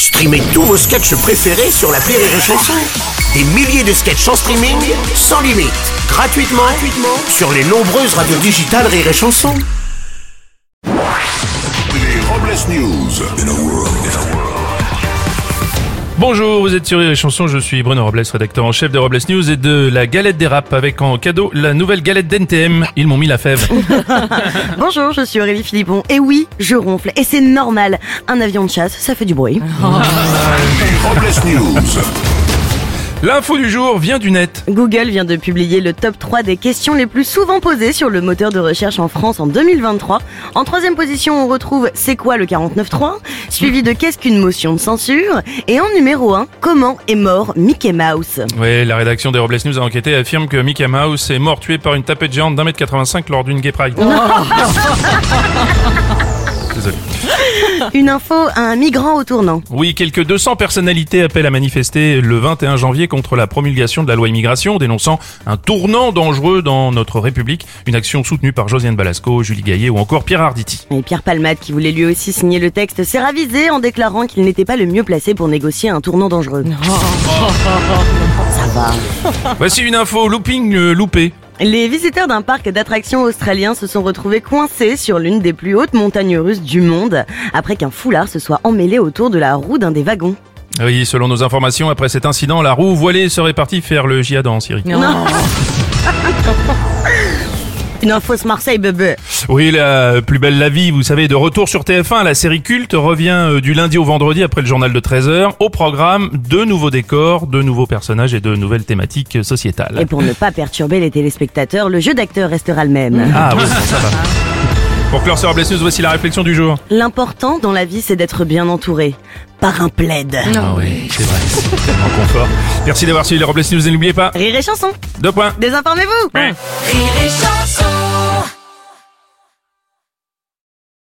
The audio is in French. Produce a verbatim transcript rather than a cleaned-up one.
Streamez tous vos sketchs préférés sur l'appli Rire et Chanson. Des milliers de sketchs en streaming, sans limite, gratuitement, gratuitement sur les nombreuses radios digitales Rire et Chanson. Les Robles News. In a world, in a world. Bonjour, vous êtes sur Rire et Chanson, je suis Bruno Robles, rédacteur en chef de Robles News et de la galette des rap avec en cadeau la nouvelle galette d'N T M. Ils m'ont mis la fève. Bonjour, je suis Aurélie Philippon. Et oui, je ronfle. Et c'est normal. Un avion de chasse, ça fait du bruit. Les Robles News. L'info du jour vient du net. Google vient de publier le top trois des questions les plus souvent posées sur le moteur de recherche en France en deux mille vingt-trois. En troisième position, on retrouve c'est quoi le quarante-neuf trois, suivi de qu'est-ce qu'une motion de censure, et en numéro un, comment est mort Mickey Mouse. Oui, la rédaction des Robles News a enquêté et affirme que Mickey Mouse est mort tué par une tapette géante d'un mètre quatre-vingt-cinq lors d'une gay pride. Désolé. Une info, un migrant au tournant. Oui, quelques deux cents personnalités appellent à manifester le vingt et un janvier contre la promulgation de la loi immigration, dénonçant un tournant dangereux dans notre République. Une action soutenue par Josiane Balasco, Julie Gaillet ou encore Pierre Arditi. Et Pierre Palmade, qui voulait lui aussi signer le texte, s'est ravisé en déclarant qu'il n'était pas le mieux placé pour négocier un tournant dangereux. Ça va. Voici une info, looping euh, loupé. Les visiteurs d'un parc d'attractions australien se sont retrouvés coincés sur l'une des plus hautes montagnes russes du monde après qu'un foulard se soit emmêlé autour de la roue d'un des wagons. Oui, selon nos informations, après cet incident, la roue voilée serait partie faire le djihad en Syrie. Non. Une info ce Marseille, bébé. Oui, la plus belle la vie, vous savez, de retour sur T F un, la série culte revient euh, du lundi au vendredi après le journal de treize heures. Au programme, deux nouveaux décors, deux nouveaux personnages et de nouvelles thématiques sociétales. Et pour ne pas perturber les téléspectateurs, le jeu d'acteur restera le même. Ah oui, ça va. Pour clore ce Robles News, voici la réflexion du jour. L'important dans la vie, c'est d'être bien entouré. Par un plaid. Ah oui, c'est vrai, c'est tellement confort. Merci d'avoir suivi les Robles News et n'oubliez pas... Rire et chanson. Deux points. Désinformez-vous. Ouais. Rire et chanson.